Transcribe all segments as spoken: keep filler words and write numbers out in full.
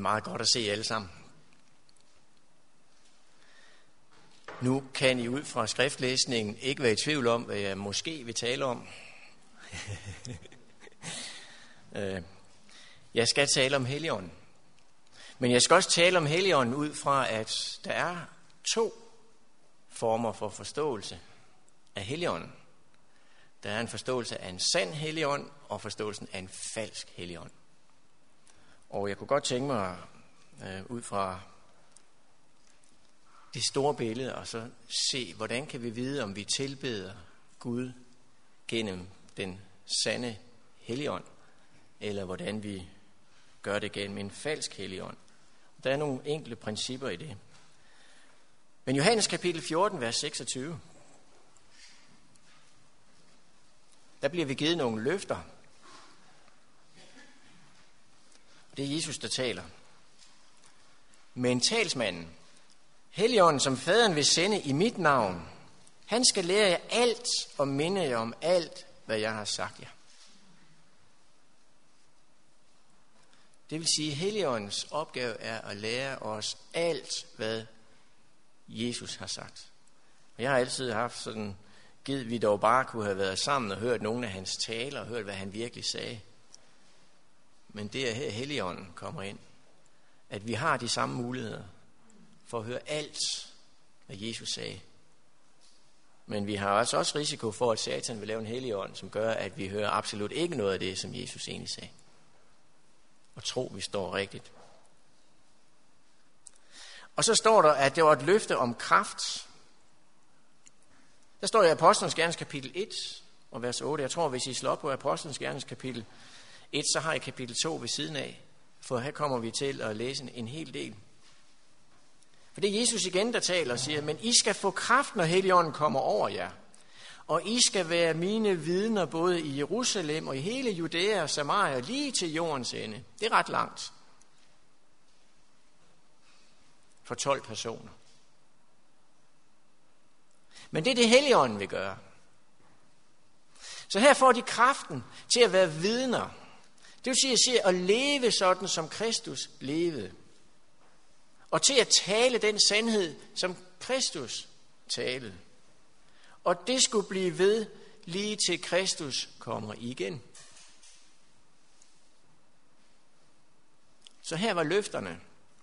meget godt at se alle sammen. Nu kan I ud fra skriftlæsningen ikke være i tvivl om, hvad jeg måske vil tale om. Jeg skal tale om Helligånden. Men jeg skal også tale om Helligånden ud fra, at der er to former for forståelse af Helligånden. Der er en forståelse af en sand Helligånd og forståelsen af en falsk Helligånd. Og jeg kunne godt tænke mig øh, ud fra det store billede og så se, hvordan kan vi vide, om vi tilbeder Gud gennem den sande Helligånd, eller hvordan vi gør det gennem en falsk Helligånd. Der er nogle enkelte principper i det. Men Johannes kapitel fjorten, vers seksogtyve, der bliver vi givet nogle løfter. Det er Jesus, der taler. Men talsmanden, Helligånden, som faderen vil sende i mit navn, han skal lære jer alt og minde jer om alt, hvad jeg har sagt jer. Det vil sige, at Helligåndens opgave er at lære os alt, hvad Jesus har sagt. Og jeg har altid haft sådan, givet vi dog bare kunne have været sammen og hørt nogle af hans taler og hørt, hvad han virkelig sagde. Men det er her Helligånden kommer ind. At vi har de samme muligheder for at høre alt, hvad Jesus sagde. Men vi har altså også risiko for, at Satan vil lave en Helligånd, som gør, at vi hører absolut ikke noget af det, som Jesus egentlig sagde. Og tro, vi står rigtigt. Og så står der, at det var et løfte om kraft. Der står i Apostlenes Gerninger kapitel et og vers otte. Jeg tror, hvis I slår op på Apostlenes Gerninger kapitel et, så har I kapitel to ved siden af. For her kommer vi til at læse en hel del. For det er Jesus igen, der taler og siger, men I skal få kraft, når Helligånden kommer over jer. Og I skal være mine vidner både i Jerusalem og i hele Judæa og Samaria, lige til jordens ende. Det er ret langt. For tolv personer. Men det er det, Helligånden vil gøre. Så her får de kraften til at være vidner. Det vil sige, at, sige, at leve sådan, som Kristus levede. Og til at tale den sandhed, som Kristus talede. Og det skulle blive ved, lige til Kristus kommer igen. Så her var løfterne.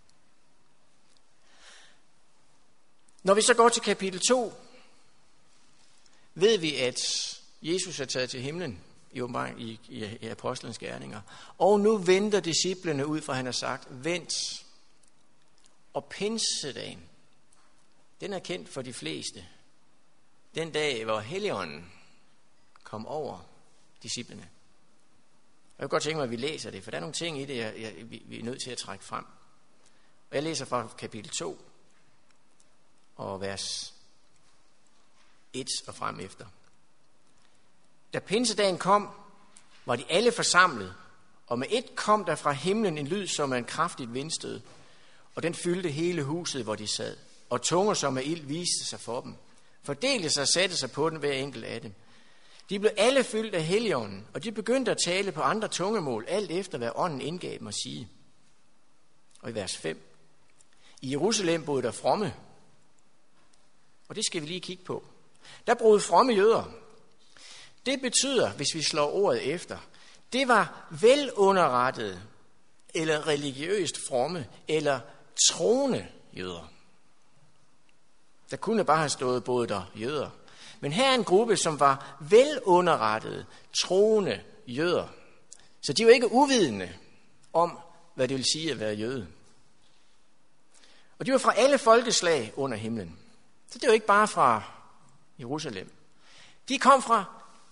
Når vi så går til kapitel to, ved vi, at Jesus er taget til himlen i, i, i, i Apostlenes Gerninger. Og nu venter disciplene ud fra, han har sagt, vent. Og pinsedagen, den er kendt for de fleste. Den dag, hvor Helligånden kom over disciplene. Jeg kan godt tænke mig, at vi læser det, for der er nogle ting i det, jeg, jeg, vi, vi er nødt til at trække frem. Og jeg læser fra kapitel to og vers et og frem efter. Da pinsedagen kom, var de alle forsamlet, og med et kom der fra himlen en lyd som en kraftigt vindstød, og den fyldte hele huset, hvor de sad, og tunger som af ild viste sig for dem. Fordelte sig og satte sig på den hver enkelt af dem. De blev alle fyldt af Helligånden, og de begyndte at tale på andre tungemål, alt efter hvad ånden indgav dem at sige. Og i vers fem. I Jerusalem boede der fromme, og det skal vi lige kigge på. Der boede fromme jøder. Det betyder, hvis vi slår ordet efter, det var velunderrettede, eller religiøst fromme, eller troende jøder. Der kunne bare have stået både der jøder. Men her er en gruppe, som var velunderrettede, troende jøder. Så de var ikke uvidende om, hvad det vil sige at være jøde. Og de var fra alle folkeslag under himlen. Så det var ikke bare fra Jerusalem. De kom fra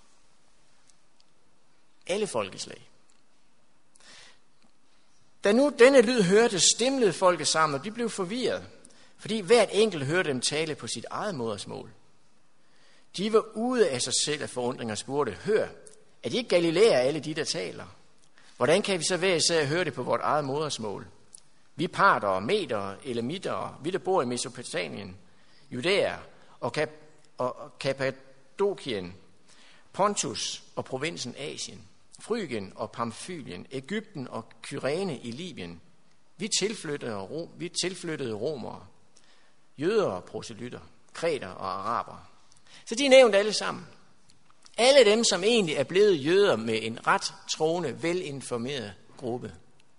alle folkeslag. Da nu denne lyd hørte, stimlede folket sammen, og de blev forvirret, fordi hvert enkelt hørte dem tale på sit eget modersmål. De var ude af sig selv af forundring og spurgte, hør, er de ikke Galilæer alle de, der taler? Hvordan kan vi så hver især høre det på vort eget modersmål? Vi parter, meter, elamitter, vi der bor i Mesopotamien, Judæa og, Kap- og Kappadokien, Pontus og provinsen Asien, Frygien og Pamfylien, Egypten og Kyrene i Libyen. Vi tilflyttede, Rom, vi tilflyttede romere, jøder og proselytter, kreter og araber. Så de er nævnt alle sammen. Alle dem, som egentlig er blevet jøder med en ret troende, velinformeret gruppe.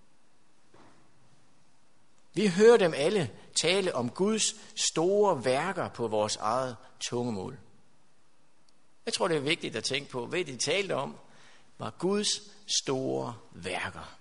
Vi hører dem alle tale om Guds store værker på vores eget tungemål. Jeg tror, det er vigtigt at tænke på, hvad de talte om, var Guds store værker.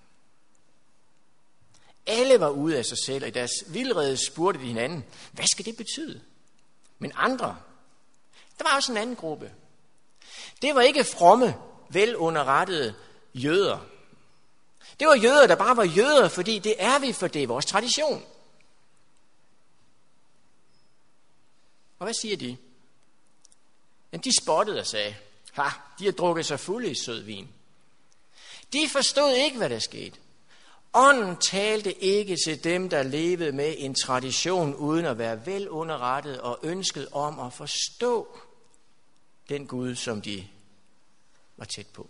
Alle var ude af sig selv, og i deres vildrede spurgte de hinanden, hvad skal det betyde? Men andre, der var også en anden gruppe. Det var ikke fromme, velunderrettede jøder. Det var jøder, der bare var jøder, fordi det er vi, for det er vores tradition. Og hvad siger de? Men de spottede og sagde, ha, de har drukket sig fulde i sød vin. De forstod ikke, hvad der skete. Ånden talte ikke til dem, der levede med en tradition, uden at være velunderrettet og ønsket om at forstå den Gud, som de var tæt på.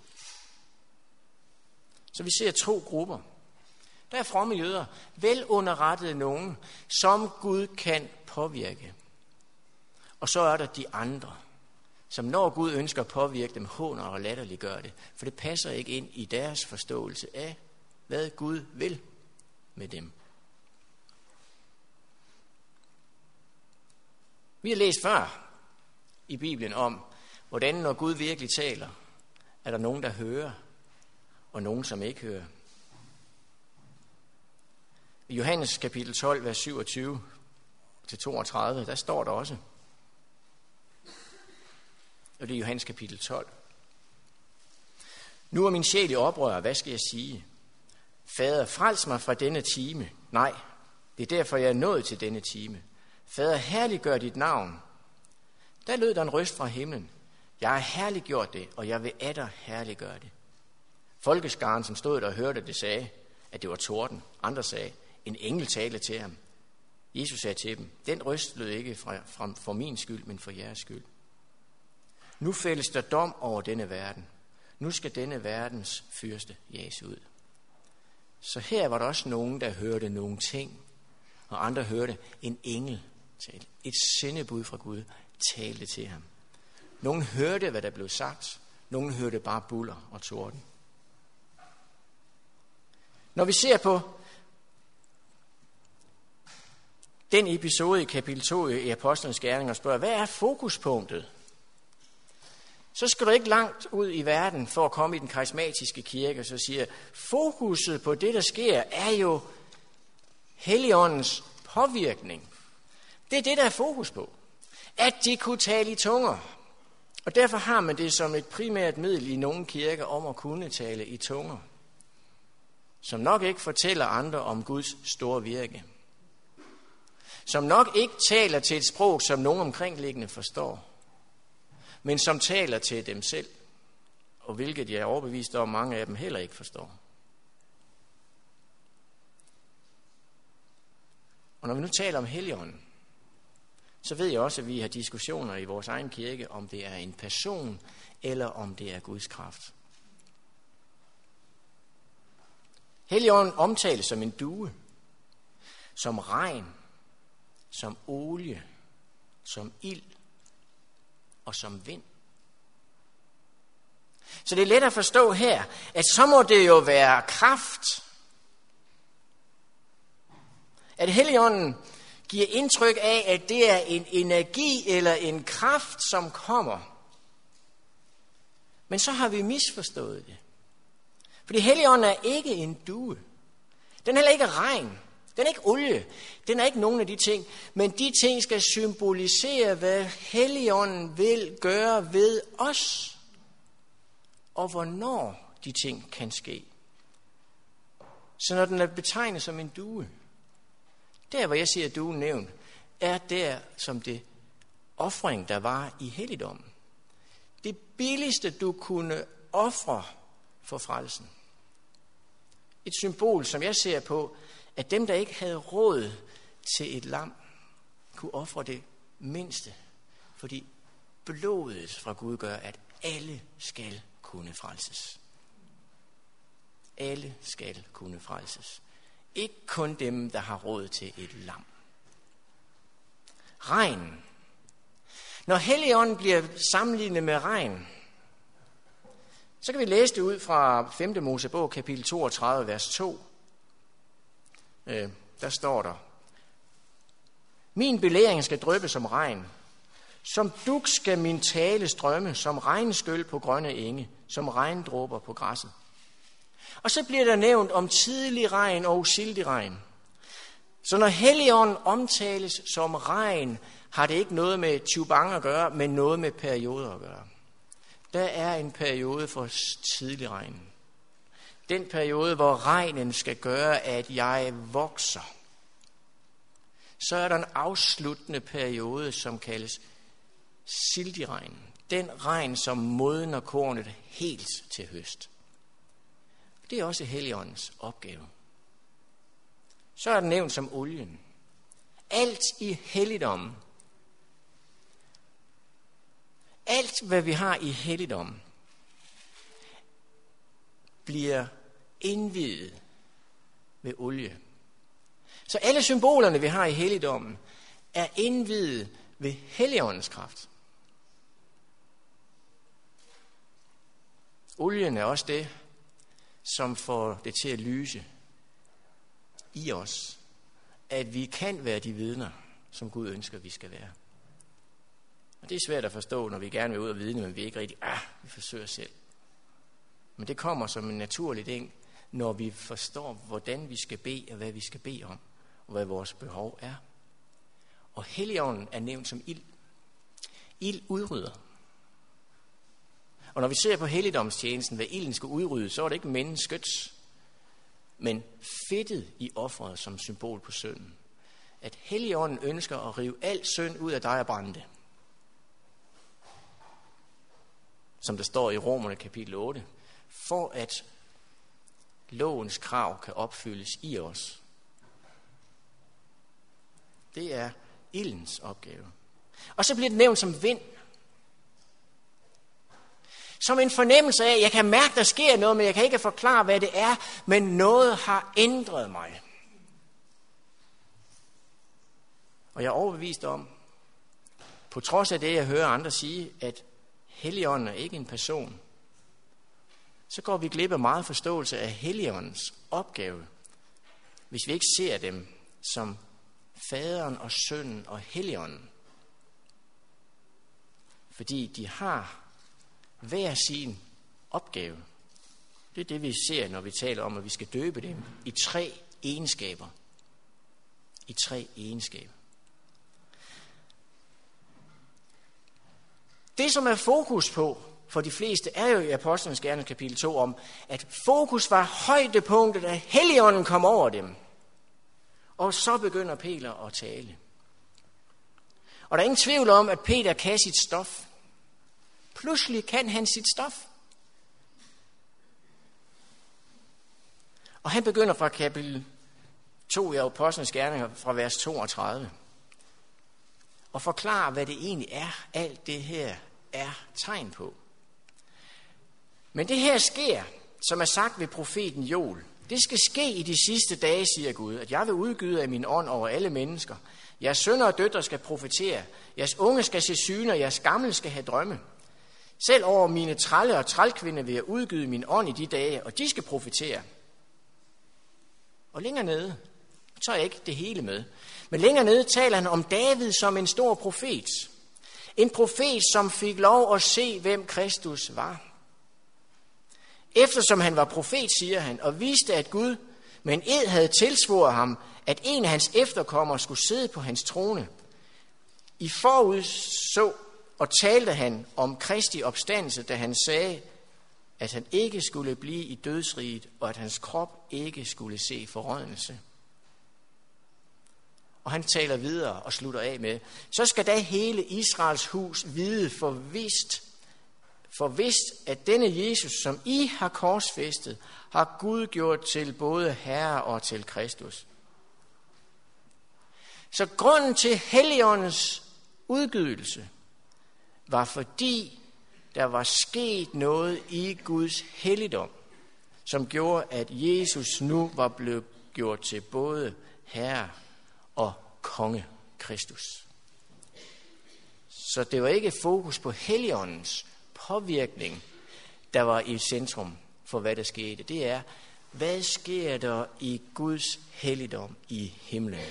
Så vi ser to grupper. Der er fromme jøder, velunderrettede nogen, som Gud kan påvirke. Og så er der de andre, som når Gud ønsker at påvirke dem, håner og latterliggør det. For det passer ikke ind i deres forståelse af, hvad Gud vil med dem. Vi har læst før i Bibelen om, hvordan når Gud virkelig taler, er der nogen, der hører, og nogen, som ikke hører. I Johannes kapitel tolv, vers syvogtyve til toogtredive, der står der også, og det er Johannes kapitel tolv. Nu er min sjæl i oprør, hvad skal jeg sige? Fader, frels mig fra denne time. Nej, det er derfor, jeg er nået til denne time. Fader, herliggør dit navn. Der lød der en røst fra himlen. Jeg har herliggjort det, og jeg vil atter herliggøre det. Folkeskaren, som stod der og hørte det, sagde, at det var torden. Andre sagde, en engel talte til ham. Jesus sagde til dem, den røst lød ikke fra, fra, for min skyld, men for jeres skyld. Nu fældes der dom over denne verden. Nu skal denne verdens fyrste jages ud. Så her var der også nogen, der hørte nogle ting, og andre hørte en engel tale. Et sendebud fra Gud talte til ham. Nogen hørte, hvad der blev sagt. Nogen hørte bare buller og torden. Når vi ser på den episode i kapitel to i Apostlenes Gerninger og spørger, hvad er fokuspunktet? Så skal du ikke langt ud i verden for at komme i den karismatiske kirke, så siger, fokuset på det, der sker, er jo Helligåndens påvirkning. Det er det, der er fokus på. At de kunne tale i tunger. Og derfor har man det som et primært middel i nogle kirker om at kunne tale i tunger. Som nok ikke fortæller andre om Guds store virke. Som nok ikke taler til et sprog, som nogen omkringliggende forstår. Men som taler til dem selv, og hvilket jeg er overbevist om, mange af dem heller ikke forstår. Og når vi nu taler om Helligånden, så ved jeg også, at vi har diskussioner i vores egen kirke, om det er en person, eller om det er Guds kraft. Helligånden omtales som en due, som regn, som olie, som ild og som vind. Så det er let at forstå her, at så må det jo være kraft. At Helligånden giver indtryk af, at det er en energi eller en kraft, som kommer. Men så har vi misforstået det. Fordi Helligånden er ikke en due. Den er heller ikke regn. Den er ikke olie. Den er ikke nogen af de ting. Men de ting skal symbolisere, hvad Helligånden vil gøre ved os. Og hvornår de ting kan ske. Så når den er betegnet som en due, der hvor jeg siger duen nævnt, er der som det ofring, der var i helligdommen. Det billigste du kunne ofre for frelsen. Et symbol, som jeg ser på, at dem, der ikke havde råd til et lam, kunne ofre det mindste. Fordi blodet fra Gud gør, at alle skal kunne frelses. Alle skal kunne frelses. Ikke kun dem, der har råd til et lam. Regn. Når Helligånden bliver sammenlignet med regn, så kan vi læse det ud fra femte Mosebog, kapitel toogtredive, vers to. Øh, der står der: Min belæring skal dryppe som regn. Som dug skal min tale strømme, som regnskyl på grønne enge, som regndråber på græsset. Og så bliver der nævnt om tidlig regn og usildig regn. Så når Helligånden omtales som regn, har det ikke noget med tjubang at gøre, men noget med perioder at gøre. Der er en periode for tidlig regn. Den periode, hvor regnen skal gøre, at jeg vokser. Så er der en afsluttende periode, som kaldes sildig regn. Den regn, som modner kornet helt til høst. Det er også Helligåndens opgave. Så er den nævnt som olien. Alt i helligdommen. Alt, hvad vi har i helligdommen, bliver indviet ved olie. Så alle symbolerne, vi har i helligdommen, er indviet ved Helligåndens kraft. Olien er også det, som får det til at lyse i os, at vi kan være de vidner, som Gud ønsker, vi skal være. Og det er svært at forstå, når vi gerne vil ud og vidne, men vi ikke rigtig, ah, vi forsøger selv. Men det kommer som en naturlig ting, når vi forstår, hvordan vi skal bede, og hvad vi skal bede om, og hvad vores behov er. Og Helligånden er nævnt som ild. Ild udrydder. Og når vi ser på helligdomstjenesten, hvad ilden skal udrydde, så er det ikke menneskets, men fedtet i offeret som symbol på synden. At Helligånden ønsker at rive al synd ud af dig og brænde det. Som der står i Romerne kapitel otte, for at lovens krav kan opfyldes i os. Det er ildens opgave. Og så bliver det nævnt som vind. Som en fornemmelse af, jeg kan mærke, der sker noget, men jeg kan ikke forklare, hvad det er, men noget har ændret mig. Og jeg er overbevist om, på trods af det, jeg hører andre sige, at Helligånden er ikke en person, så går vi glip af meget forståelse af Helligåndens opgave, hvis vi ikke ser dem som Faderen og Sønnen og Helligånden. Fordi de har hver sin opgave. Det er det, vi ser, når vi taler om, at vi skal døbe dem i tre egenskaber. I tre egenskaber. Det, som er fokus på for de fleste, er jo i Apostlenes Gerninger kapitel to om, at fokus var højdepunktet, at Helligånden kom over dem. Og så begynder Peter at tale. Og der er ingen tvivl om, at Peter kan sit stof. Pludselig kan han sit stof. Og han begynder fra kapitel to i Apostlenes Gerninger fra vers toogtredive. Og forklarer, hvad det egentlig er, alt det her er tegn på. Men det her sker, som er sagt ved profeten Joel. Det skal ske i de sidste dage, siger Gud, at jeg vil udgyde af min ånd over alle mennesker. Jeres sønner og døtre skal profetere. Jeres unge skal se syner, jeres gamle skal have drømme. Selv over mine trælle og trælkvinder vil jeg udgyde min ånd i de dage, og de skal profetere. Og længere nede, så er jeg ikke det hele med, men længere nede taler han om David som en stor profet. En profet, som fik lov at se, hvem Kristus var. Eftersom han var profet, siger han, og viste, at Gud med en ed havde tilsvoret ham, at en af hans efterkommere skulle sidde på hans trone. I forud så og talte han om Kristi opstandelse, da han sagde, at han ikke skulle blive i dødsriget, og at hans krop ikke skulle se forrådnelse. Og han taler videre og slutter af med, så skal da hele Israels hus vide forvist, forvist, at denne Jesus, som I har korsfæstet, har Gud gjort til både Herre og til Kristus. Så grunden til Helligåndens udgydelse var fordi, der var sket noget i Guds helligdom, som gjorde, at Jesus nu var blevet gjort til både Herre og Konge Kristus. Så det var ikke fokus på Helligåndens påvirkning, der var i centrum for, hvad der skete. Det er, hvad sker der i Guds helligdom i himlen?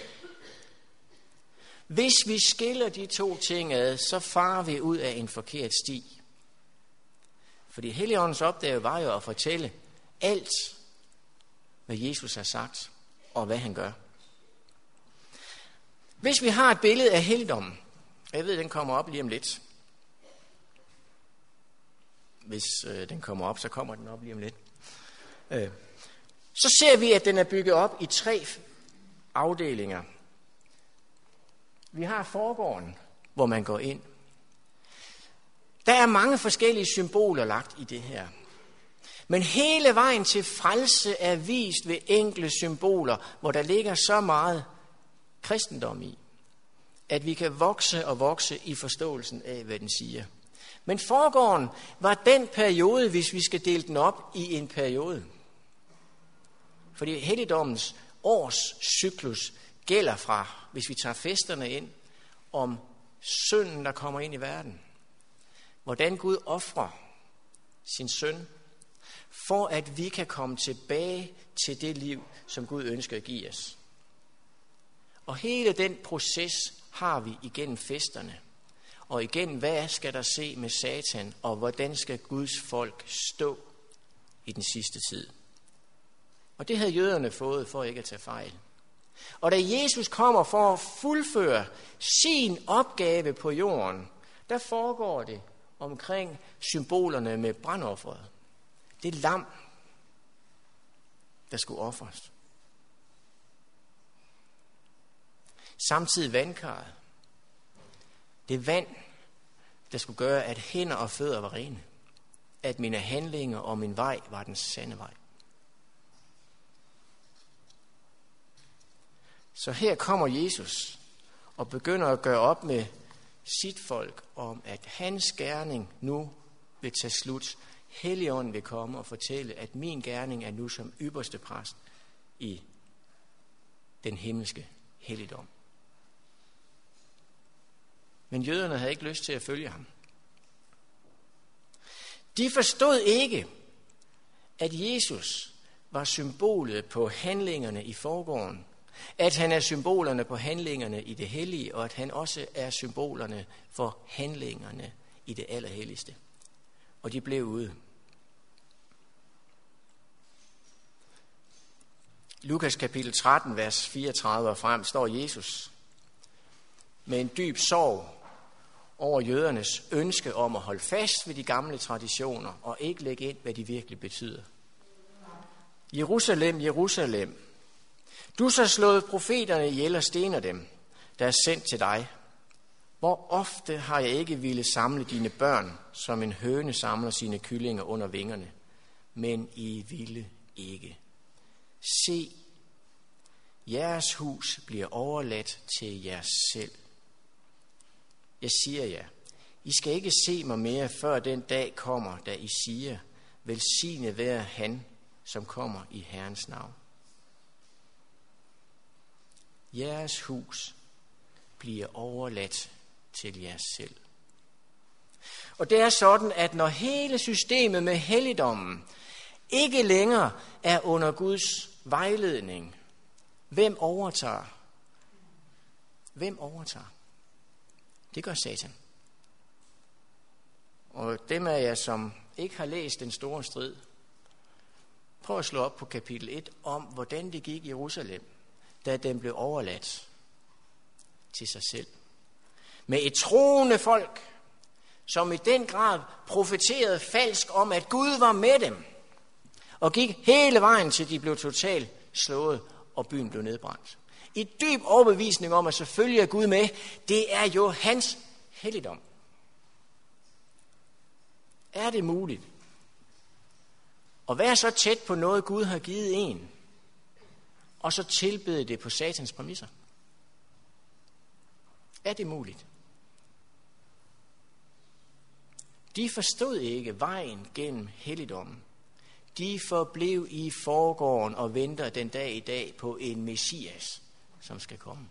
Hvis vi skiller de to ting ad, så farer vi ud af en forkert sti. Fordi Helligåndens opgave var jo at fortælle alt, hvad Jesus har sagt, og hvad han gør. Hvis vi har et billede af helligdommen, jeg ved, den kommer op lige om lidt. Hvis øh, den kommer op, så kommer den op lige om lidt. Øh. Så ser vi, at den er bygget op i tre afdelinger. Vi har forgården, hvor man går ind. Der er mange forskellige symboler lagt i det her. Men hele vejen til frelse er vist ved enkle symboler, hvor der ligger så meget kristendom i, at vi kan vokse og vokse i forståelsen af, hvad den siger. Men forgården var den periode, hvis vi skal dele den op i en periode. Fordi helligdommens årscyklus gælder fra, hvis vi tager festerne ind, om synden, der kommer ind i verden. Hvordan Gud ofrer sin søn, for at vi kan komme tilbage til det liv, som Gud ønsker at give os. Og hele den proces har vi igennem festerne. Og igen, hvad skal der se med Satan, og hvordan skal Guds folk stå i den sidste tid? Og det havde jøderne fået for ikke at tage fejl. Og da Jesus kommer for at fuldføre sin opgave på jorden, der foregår det omkring symbolerne med brandofferet. Det lam, der skulle ofres. Samtidig vandkarret. Det vand, der skulle gøre, at hænder og fødder var rene. At mine handlinger og min vej var den sande vej. Så her kommer Jesus og begynder at gøre op med sit folk om, at hans gerning nu vil tage slut. Helligånden vil komme og fortælle, at min gerning er nu som ypperste præst i den himmelske helligdom. Men jøderne havde ikke lyst til at følge ham. De forstod ikke, at Jesus var symbolet på handlingerne i forgården, at han er symbolerne på handlingerne i det hellige, og at han også er symbolerne for handlingerne i det allerhelligste. Og de blev ude. Lukas kapitel tretten, vers fireogtredive og frem, står Jesus med en dyb sorg over jødernes ønske om at holde fast ved de gamle traditioner og ikke lægge ind, hvad de virkelig betyder. Jerusalem, Jerusalem, du så slået profeterne ihjel og stener dem, der er sendt til dig. Hvor ofte har jeg ikke ville samle dine børn, som en høne samler sine kyllinger under vingerne, men I ville ikke. Se, jeres hus bliver overladt til jer selv. Jeg siger jer, I skal ikke se mig mere, før den dag kommer, da I siger, velsignet være han, som kommer i Herrens navn. Jeres hus bliver overladt til jer selv. Og det er sådan, at når hele systemet med helligdommen ikke længere er under Guds vejledning, hvem overtager? Hvem overtager? Det gør Satan. Og dem af jer, som ikke har læst Den store strid, prøv at slå op på kapitel et om, hvordan det gik i Jerusalem, da den blev overladt til sig selv. Med et troende folk, som i den grad profeterede falsk om, at Gud var med dem, og gik hele vejen til de blev totalt slået, og byen blev nedbrændt. I dyb overbevisning om, at selvfølgelig er Gud med, det er jo hans helligdom. Er det muligt at være så tæt på noget, Gud har givet en, og så tilbede det på Satans præmisser? Er det muligt? De forstod ikke vejen gennem helligdommen. de forblev i forgården og venter den dag i dag på en Messias, som skal komme.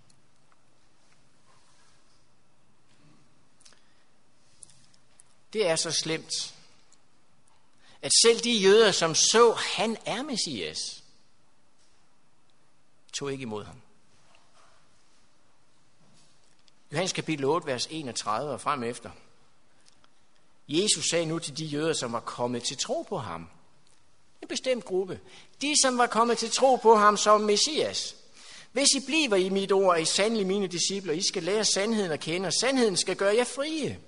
Det er så slemt, at selv de jøder, som så, han er Messias, tog ikke imod ham. Johannes kapitel otte, vers enogtredive og frem efter. Jesus sagde nu til de jøder, som var kommet til tro på ham. En bestemt gruppe. De, som var kommet til tro på ham som Messias. Hvis I bliver i mit ord, er I sandelig mine discipler. I skal lære sandheden at kende, og sandheden skal gøre jer frie.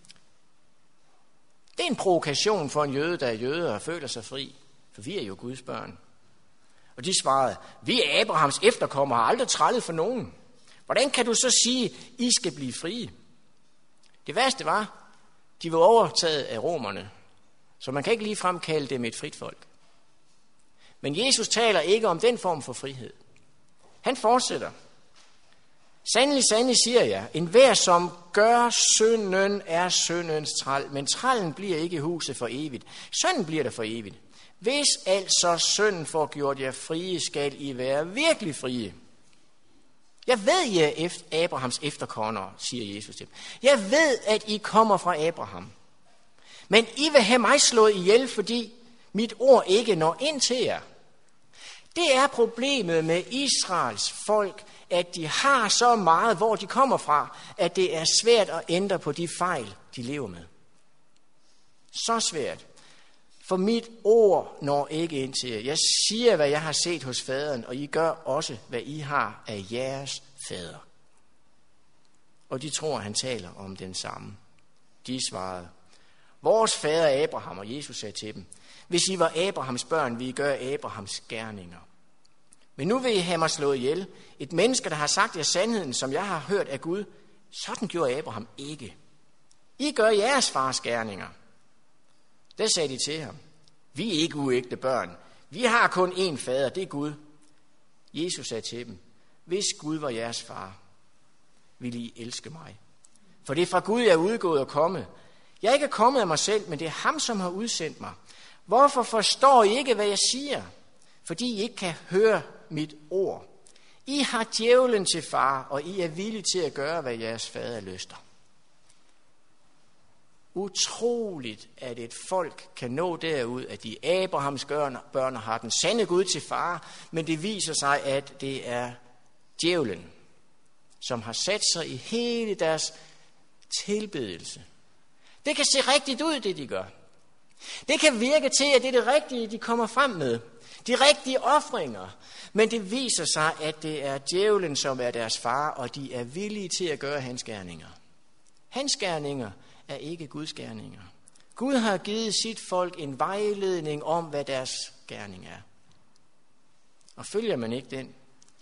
Det er en provokation for en jøde, der er jøde og føler sig fri. For vi er jo Guds børn. Og de svarede, vi er Abrahams efterkommere, har aldrig trællet for nogen. Hvordan kan du så sige, I skal blive frie? Det værste var, de var overtaget af romerne, så man kan ikke ligefrem kalde dem et frit folk. Men Jesus taler ikke om den form for frihed. Han fortsætter. Sandelig, sandelig siger jeg, enhver som gør synden er syndens træl, men trællen bliver ikke i huset for evigt. Synden bliver der for evigt. Hvis altså synden får gjort jer frie, skal I være virkelig frie. Jeg ved, I er efter Abrahams efterkommere, siger Jesus til dem. Jeg ved, at I kommer fra Abraham. Men I vil have mig slået ihjel, fordi mit ord ikke når ind til jer. Det er problemet med Israels folk, at de har så meget, hvor de kommer fra, at det er svært at ændre på de fejl, de lever med. Så svært. For mit ord når ikke ind til jer. Jeg siger, hvad jeg har set hos faderen, og I gør også, hvad I har af jeres fader. Og de tror, han taler om den samme. De svarede, vores fader Abraham, og Jesus sagde til dem, hvis I var Abrahams børn, ville I gøre Abrahams gerninger. Men nu vil I have mig slået ihjel. Et menneske, der har sagt jer sandheden, som jeg har hørt af Gud, sådan gjorde Abraham ikke. I gør jeres fars gerninger. Der sagde de til ham, vi er ikke uægte børn. Vi har kun én fader, det er Gud. Jesus sagde til dem, hvis Gud var jeres far, ville I elske mig. For det er fra Gud, jeg er udgået og kommet. Jeg er ikke kommet af mig selv, men det er ham, som har udsendt mig. Hvorfor forstår I ikke, hvad jeg siger? Fordi I ikke kan høre mit ord. I har djævlen til far, og I er villige til at gøre, hvad jeres fader lyster. Utroligt, at et folk kan nå derud, at de Abrahams børn har den sande Gud til far, men det viser sig, at det er djævlen, som har sat sig i hele deres tilbedelse. Det kan se rigtigt ud, det de gør. Det kan virke til, at det er det rigtige, de kommer frem med. De rigtige ofringer. Men det viser sig, at det er djævlen, som er deres far, og de er villige til at gøre hans gerninger. Hans gerninger er ikke Guds gerninger. Gud har givet sit folk en vejledning om, hvad deres gerning er. Og følger man ikke den,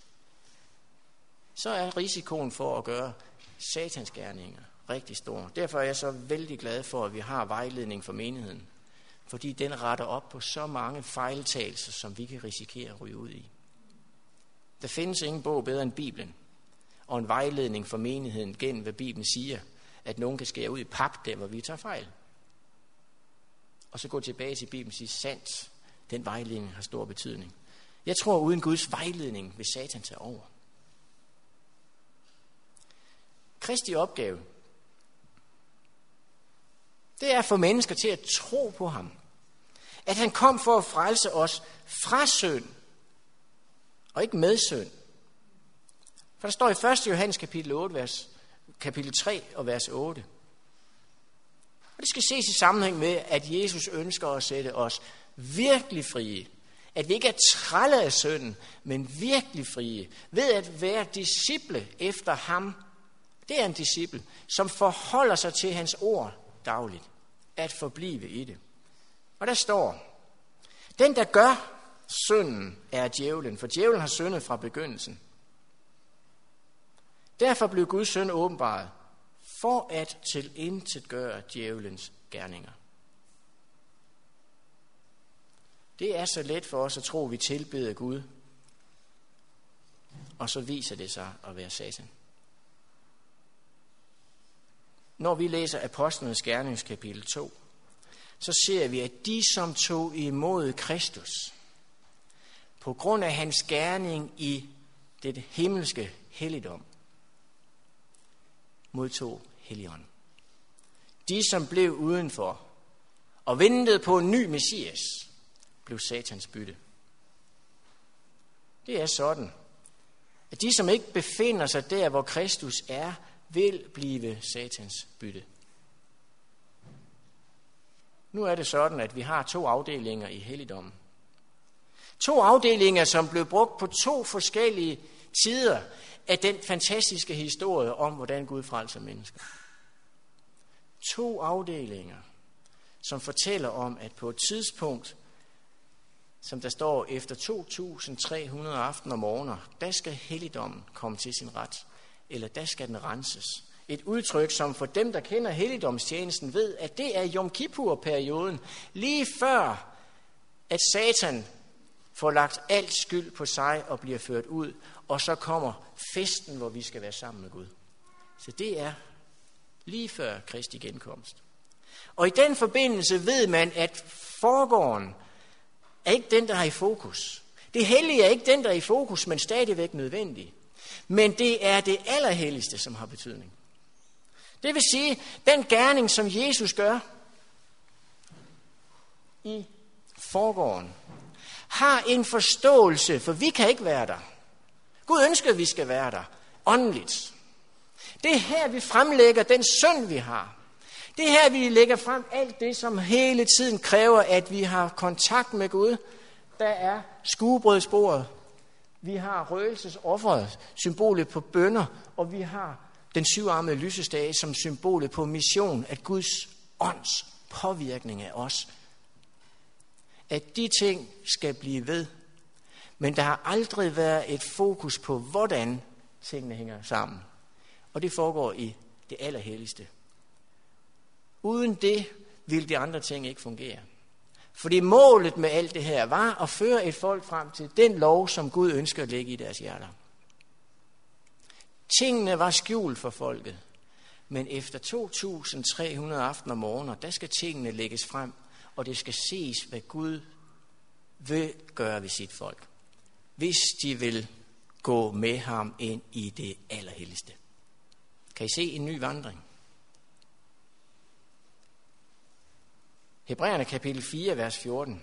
så er risikoen for at gøre satans gerninger rigtig stor. Derfor er jeg så vældig glad for, at vi har vejledning for menigheden. Fordi den retter op på så mange fejltagelser, som vi kan risikere at ryge ud i. Der findes ingen bog bedre end Bibelen, og en vejledning for menigheden gennem, hvad Bibelen siger, at nogen kan skære ud i pap, der hvor vi tager fejl. Og så gå tilbage til Bibelen og sige, sandt, den vejledning har stor betydning. Jeg tror, uden Guds vejledning vil Satan tage over. Kristi opgave, det er for mennesker til at tro på ham. At han kom for at frelse os fra synd, og ikke med synd. For der står i første Johannes kapitel otte, vers, kapitel tre og vers otte. Og det skal ses i sammenhæng med, at Jesus ønsker at sætte os virkelig frie. At vi ikke er trælle af synden, men virkelig frie. Ved at være disciple efter ham. Det er en disciple, som forholder sig til hans ord dagligt. At forblive i det. Og der står, den der gør synden er djævlen, for djævlen har syndet fra begyndelsen. Derfor blev Guds søn åbenbaret, for at tilintetgøre djævelens gerninger. Det er så let for os at tro, at vi tilbeder Gud, og så viser det sig at være Satan. Når vi læser Apostlenes Gerningskapitel to, så ser vi, at de, som tog imod Kristus, på grund af hans gerning i det himmelske helligdom, modtog Helligånden. De, som blev udenfor og ventede på en ny Messias, blev Satans bytte. Det er sådan, at de, som ikke befinder sig der, hvor Kristus er, vil blive Satans bytte. Nu er det sådan, at vi har to afdelinger i helligdommen. To afdelinger, som blev brugt på to forskellige tider af den fantastiske historie om, hvordan Gud frelser mennesker. To afdelinger, som fortæller om, at på et tidspunkt, som der står efter to tusind tre hundrede aftener og morgener, der skal helligdommen komme til sin ret, eller der skal den renses. Et udtryk, som for dem, der kender helligdomstjenesten, ved, at det er Yom Kippur-perioden, lige før, at Satan får lagt alt skyld på sig og bliver ført ud, og så kommer festen, hvor vi skal være sammen med Gud. Så det er lige før Kristi genkomst. Og i den forbindelse ved man, at forgården er ikke den, der er i fokus. Det hellige er ikke den, der er i fokus, men stadigvæk nødvendig. Men det er det allerhelligste, som har betydning. Det vil sige, den gerning, som Jesus gør i forgården, har en forståelse, for vi kan ikke være der. Gud ønsker, at vi skal være der åndeligt. Det er her, vi fremlægger den synd, vi har. Det er her, vi lægger frem alt det, som hele tiden kræver, at vi har kontakt med Gud. Der er skuebrødsbordet. Vi har røgelsesofferet, symbolet på bønner, og vi har den syvarmede lysestage som symbolet på mission, at Guds ånds påvirkning af os. At de ting skal blive ved. Men der har aldrig været et fokus på, hvordan tingene hænger sammen. Og det foregår i det allerhelligste. Uden det vil de andre ting ikke fungere. Fordi målet med alt det her var at føre et folk frem til den lov, som Gud ønsker at lægge i deres hjerter. Tingene var skjult for folket. Men efter to tusind tre hundrede aftener og morgener, der skal tingene lægges frem, og det skal ses, hvad Gud vil gøre ved sit folk. Hvis de vil gå med ham ind i det allerhelligste. Kan I se en ny vandring? Hebræerne kapitel fire, vers fjorten.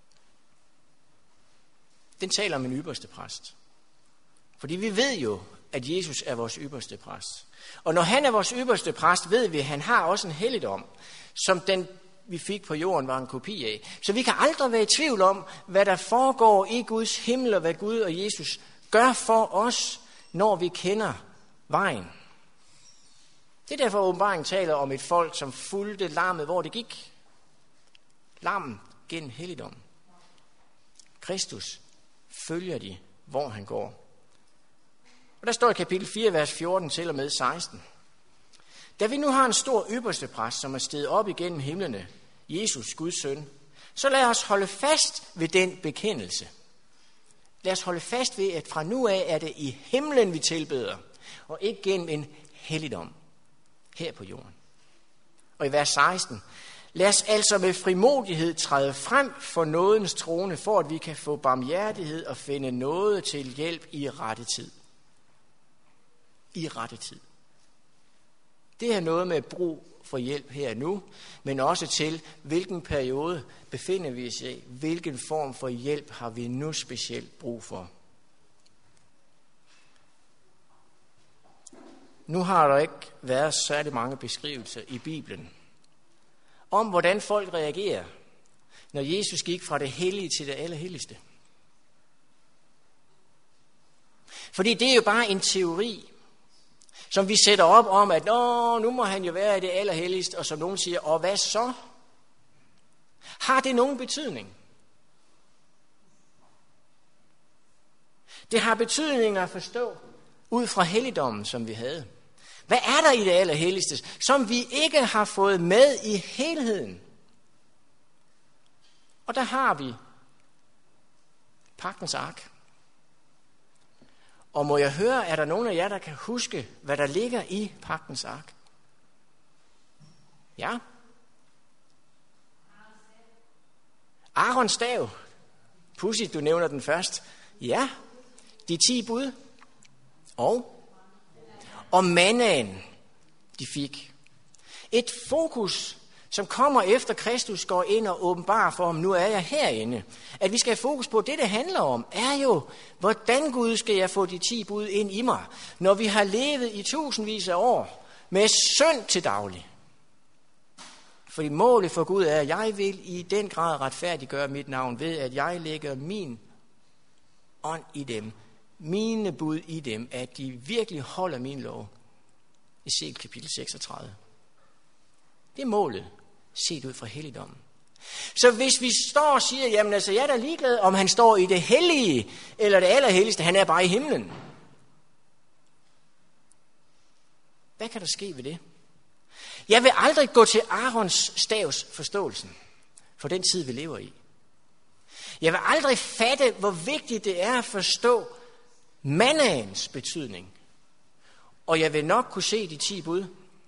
Den taler om en ypperste præst. Fordi vi ved jo, at Jesus er vores ypperste præst. Og når han er vores ypperste præst, ved vi, at han har også en helligdom, som den, vi fik på jorden, var en kopi af. Så vi kan aldrig være i tvivl om, hvad der foregår i Guds himmel, og hvad Gud og Jesus gør for os, når vi kender vejen. Det er derfor, åbenbaringen taler om et folk, som fulgte lammet, hvor det gik. Lammen gennem helligdommen. Kristus følger de, hvor han går. Og der står i kapitel fire, vers fjorten til og med seksten. Da vi nu har en stor ypperste præst, som er steget op igennem himlene, Jesus, Guds søn, så lad os holde fast ved den bekendelse. Lad os holde fast ved, at fra nu af er det i himlen, vi tilbeder, og ikke gennem en helligdom her på jorden. Og i vers seksten. Lad os altså med frimodighed træde frem for nådens trone, for at vi kan få barmhjertighed og finde nåde til hjælp i rette tid. I rette tid. Det er noget med brug for hjælp her nu, men også til, hvilken periode befinder vi os i, hvilken form for hjælp har vi nu specielt brug for. Nu har der ikke været særlig mange beskrivelser i Bibelen om, hvordan folk reagerer, når Jesus gik fra det hellige til det allerhelligste. Fordi det er jo bare en teori, som vi sætter op om, at Nå, nu må han jo være i det allerhelligste, og som nogen siger, og hvad så? Har det nogen betydning? Det har betydning at forstå ud fra helligdommen, som vi havde. Hvad er der i det allerhelligste, som vi ikke har fået med i helheden? Og der har vi pagtens ark. Og må jeg høre, er der nogen af jer, der kan huske, hvad der ligger i pagtens ark? Ja. Arons stav. Pudsigt, du nævner den først. Ja, de ti bud. Og, og mannaen, de fik. Et fokus, som kommer efter Kristus går ind og åbenbarer for ham, nu er jeg herinde. At vi skal have fokus på, det det handler om, er jo, hvordan Gud skal jeg få de ti bud ind i mig, når vi har levet i tusindvis af år med synd til daglig. Fordi målet for Gud er, at jeg vil i den grad retfærdiggøre mit navn ved, at jeg lægger min ånd i dem, mine bud i dem, at de virkelig holder min lov. Ezekiel kapitel seksogtredive. Det er målet, set ud fra helligdommen. Så hvis vi står og siger, jamen altså, jeg er da ligeglad, om han står i det hellige, eller det allerhelligste, han er bare i himlen. Hvad kan der ske ved det? Jeg vil aldrig gå til Arons stavs forståelsen for den tid, vi lever i. Jeg vil aldrig fatte, hvor vigtigt det er at forstå mannaens betydning. Og jeg vil nok kunne se de ti bud.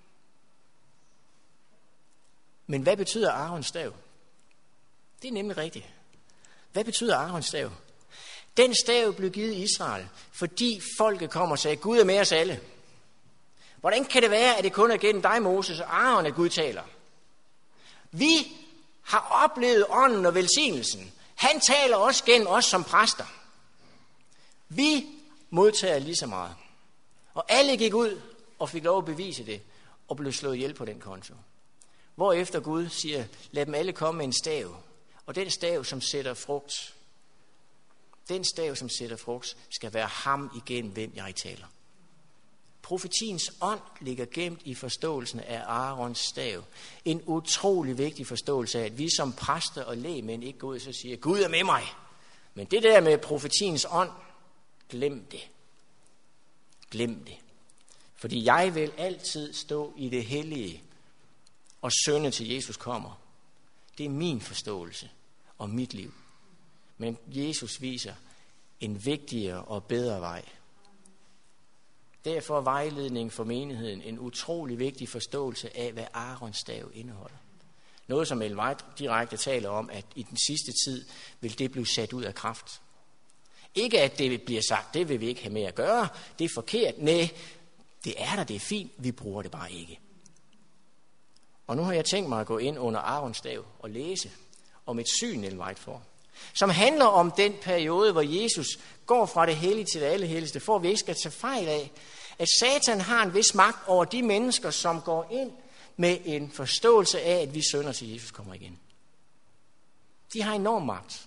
Men hvad betyder Arons stav? Det er nemlig rigtigt. Hvad betyder Arons stav? Den stav blev givet i Israel, fordi folket kom og sagde, Gud er med os alle. Hvordan kan det være, at det kun er gennem dig, Moses, og Aron, at Gud taler? Vi har oplevet ånden og velsignelsen. Han taler også gennem os som præster. Vi modtager lige så meget. Og alle gik ud og fik lov at bevise det, og blev slået ihjel på den konto. Hvorefter Gud siger, lad dem alle komme med en stav. Og den stav, som sætter frugt, den stav, som sætter frugt, skal være ham igen, hvem jeg taler. Profetiens ånd ligger gemt i forståelsen af Arons stav. En utrolig vigtig forståelse af, at vi som præster og lægmænd ikke går ud og siger, Gud er med mig. Men det der med profetiens ånd, glem det. Glem det. Fordi jeg vil altid stå i det hellige og synde til Jesus kommer. Det er min forståelse og mit liv. Men Jesus viser en vigtigere og bedre vej. Derfor er vejledning for menigheden en utrolig vigtig forståelse af, hvad Arons stav indeholder. Noget, som Ellen White direkte taler om, at i den sidste tid vil det blive sat ud af kraft. Ikke at det bliver sagt, det vil vi ikke have med at gøre, det er forkert. Nej, det er der, det er fint, vi bruger det bare ikke. Og nu har jeg tænkt mig at gå ind under Arons stav og læse om et syn, Ellen White får, som handler om den periode, hvor Jesus går fra det hellige til det allerhelligste, for at vi ikke skal tage fejl af, at Satan har en vis magt over de mennesker, som går ind med en forståelse af, at vi synder til Jesus kommer igen. De har enorm magt.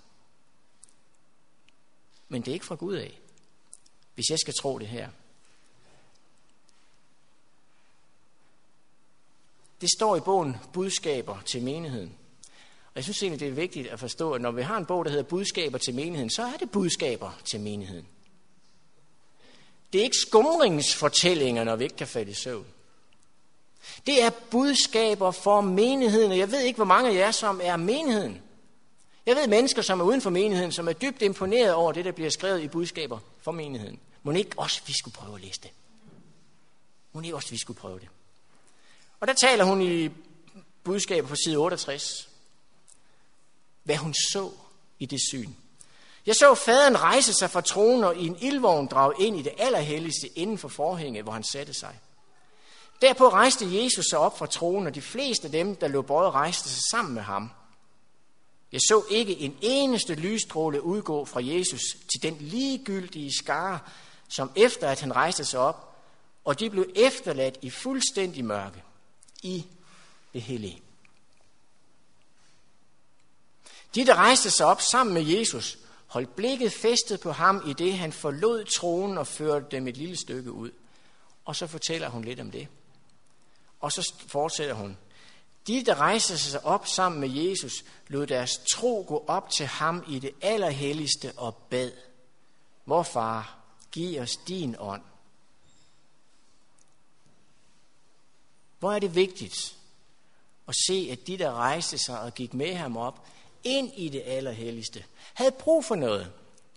Men det er ikke fra Gud af, hvis jeg skal tro det her. Det står i bogen Budskaber til menigheden. Og jeg synes egentlig, det er vigtigt at forstå, at når vi har en bog, der hedder Budskaber til menigheden, så er det budskaber til menigheden. Det er ikke skumringsfortællinger, når vi ikke kan falde i søvn. Det er budskaber for menigheden, og jeg ved ikke, hvor mange af jer, som er menigheden. Jeg ved mennesker, som er uden for menigheden, som er dybt imponeret over det, der bliver skrevet i budskaber for menigheden. Må ikke også, vi skulle prøve at læse det? Må ikke også, vi skulle prøve det? Og der taler hun i budskaber på side otteogtres, hvad hun så i det syn. Jeg så faderen rejse sig fra tronen og i en ildvogn drage ind i det allerhelligste inden for forhænget, hvor han satte sig. Derpå rejste Jesus sig op fra tronen, og de fleste af dem, der lå bøjet, rejste sig sammen med ham. Jeg så ikke en eneste lysstråle udgå fra Jesus til den ligegyldige skare, som efter at han rejste sig op, og de blev efterladt i fuldstændig mørke i det hellige. De, der rejste sig op sammen med Jesus, holdt blikket festet på ham, i det han forlod tronen og førte dem et lille stykke ud. Og så fortæller hun lidt om det. Og så fortsætter hun. De, der rejste sig op sammen med Jesus, lod deres tro gå op til ham i det allerhelligste og bad. Vor far, giv os din ånd. Hvor er det vigtigt at se, at de, der rejste sig og gik med ham op, ind i det allerhelligste, havde brug for noget.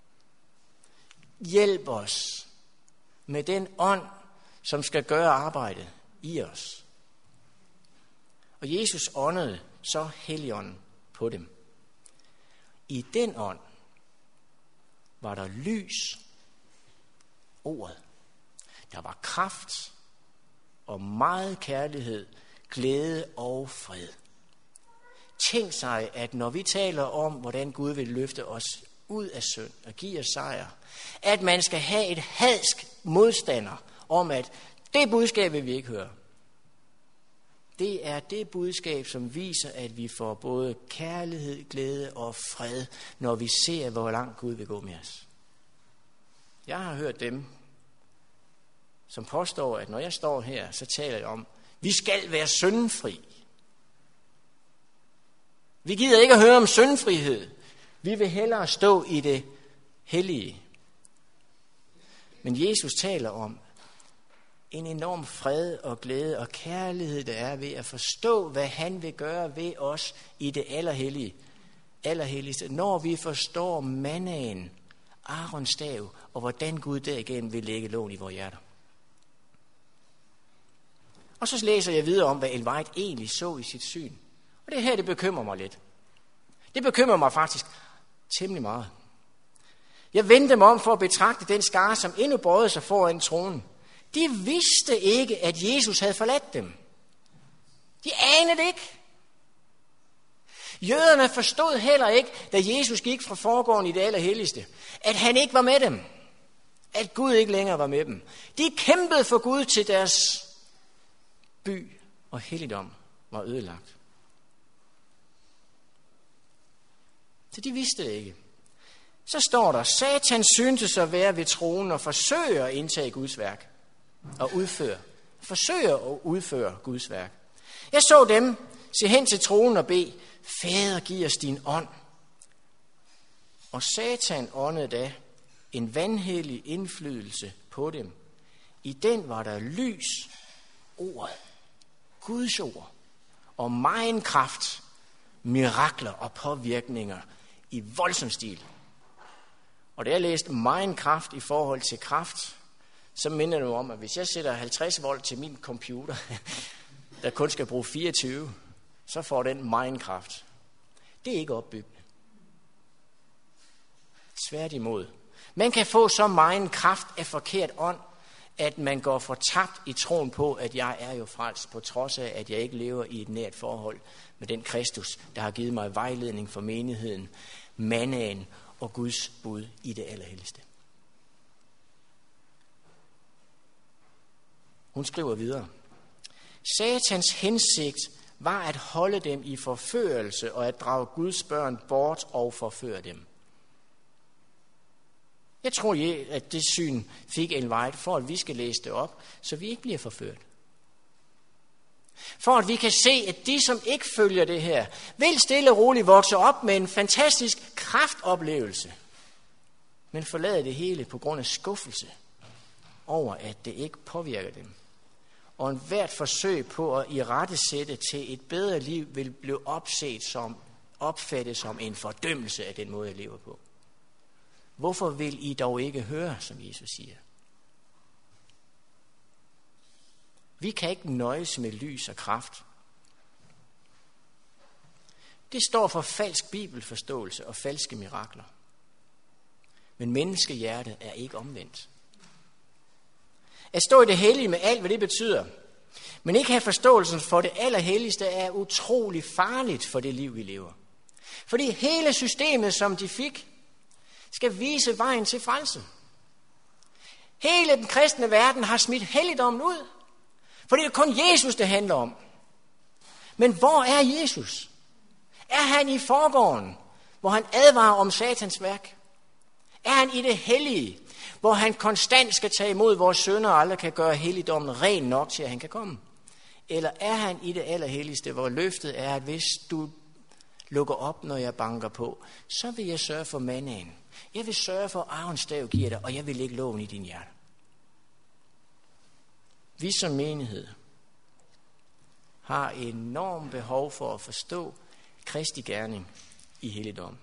Hjælp os med den ånd, som skal gøre arbejdet i os. Og Jesus åndede så Helligånden på dem. I den ånd var der lys, ordet. Der var kraft og meget kærlighed, glæde og fred. Tænk sig, at når vi taler om, hvordan Gud vil løfte os ud af synd og give os sejr, at man skal have et hadsk modstander om, at det budskab vil vi ikke høre. Det er det budskab, som viser, at vi får både kærlighed, glæde og fred, når vi ser, hvor langt Gud vil gå med os. Jeg har hørt dem, som påstår, at når jeg står her, så taler jeg om, vi skal være syndfri. Vi gider ikke at høre om syndfrihed. Vi vil hellere stå i det hellige. Men Jesus taler om en enorm fred og glæde og kærlighed, der er ved at forstå, hvad han vil gøre ved os i det allerhellige, allerhelligste. Når vi forstår mannaen, Arons stav, og hvordan Gud derigennem vil lægge lån i vores hjerter. Og så læser jeg videre om, hvad Ellen White egentlig så i sit syn. Og det her, det bekymrer mig lidt. Det bekymrer mig faktisk temmelig meget. Jeg vendte mig om for at betragte den skare, som endnu bøjede sig foran tronen. De vidste ikke, at Jesus havde forladt dem. De anede det ikke. Jøderne forstod heller ikke, da Jesus gik fra forgården i det allerhelligste, at han ikke var med dem. At Gud ikke længere var med dem. De kæmpede for Gud til deres by og helligdom var ødelagt. Så de vidste det ikke. Så står der, Satan syntes at være ved tronen og forsøger at indtage Guds værk. Og udføre. Forsøger at udføre Guds værk. Jeg så dem se hen til tronen og bede, Fader, giv os din ånd. Og Satan åndede da en vanhellig indflydelse på dem. I den var der lys, ordet, Guds ord, og megen kraft, mirakler og påvirkninger i voldsom stil. Og da jeg læste megen kraft i forhold til kraft, så minder det mig om, at hvis jeg sætter halvtreds volt til min computer, der kun skal bruge fireogtyve, så får den megen kraft. Det er ikke opbyggende. Tværtimod. Man kan få så megen kraft af forkert ånd, at man går fortabt i troen på, at jeg er jo frelst, på trods af, at jeg ikke lever i et nært forhold med den Kristus, der har givet mig vejledning for menigheden, mannaen og Guds bud i det allerhelligste. Hun skriver videre. Satans hensigt var at holde dem i forførelse og at drage Guds børn bort og forføre dem. Jeg tror, at det syn fik Ellen White, for at vi skal læse det op, så vi ikke bliver forført. For at vi kan se, at de, som ikke følger det her, vil stille og roligt vokse op med en fantastisk kraftoplevelse, men forlade det hele på grund af skuffelse over, at det ikke påvirker dem. Og en hvert forsøg på at irettesætte til et bedre liv vil blive opset som, opfattet som en fordømmelse af den måde, jeg lever på. Hvorfor vil I dog ikke høre, som Jesus siger? Vi kan ikke nøjes med lys og kraft. Det står for falsk bibelforståelse og falske mirakler. Men menneskehjertet er ikke omvendt. At stå i det hellige med alt, hvad det betyder, men ikke have forståelsen for det allerhelligste, er utrolig farligt for det liv, vi lever. Fordi hele systemet, som de fik, skal vise vejen til frelse. Hele den kristne verden har smidt helligdommen ud, for det er kun Jesus, det handler om. Men hvor er Jesus? Er han i forgården, hvor han advarer om satans værk? Er han i det hellige, hvor han konstant skal tage imod vores synder og aldrig kan gøre helligdommen ren nok til, at han kan komme? Eller er han i det allerhelligste, hvor løftet er, at hvis du lukker op, når jeg banker på, så vil jeg sørge for mannaen. Jeg vil sørge for, at Arons stav giver dig, og jeg vil lægge loven i din hjerte. Vi som menighed har enormt behov for at forstå Kristi gerning i helligdom.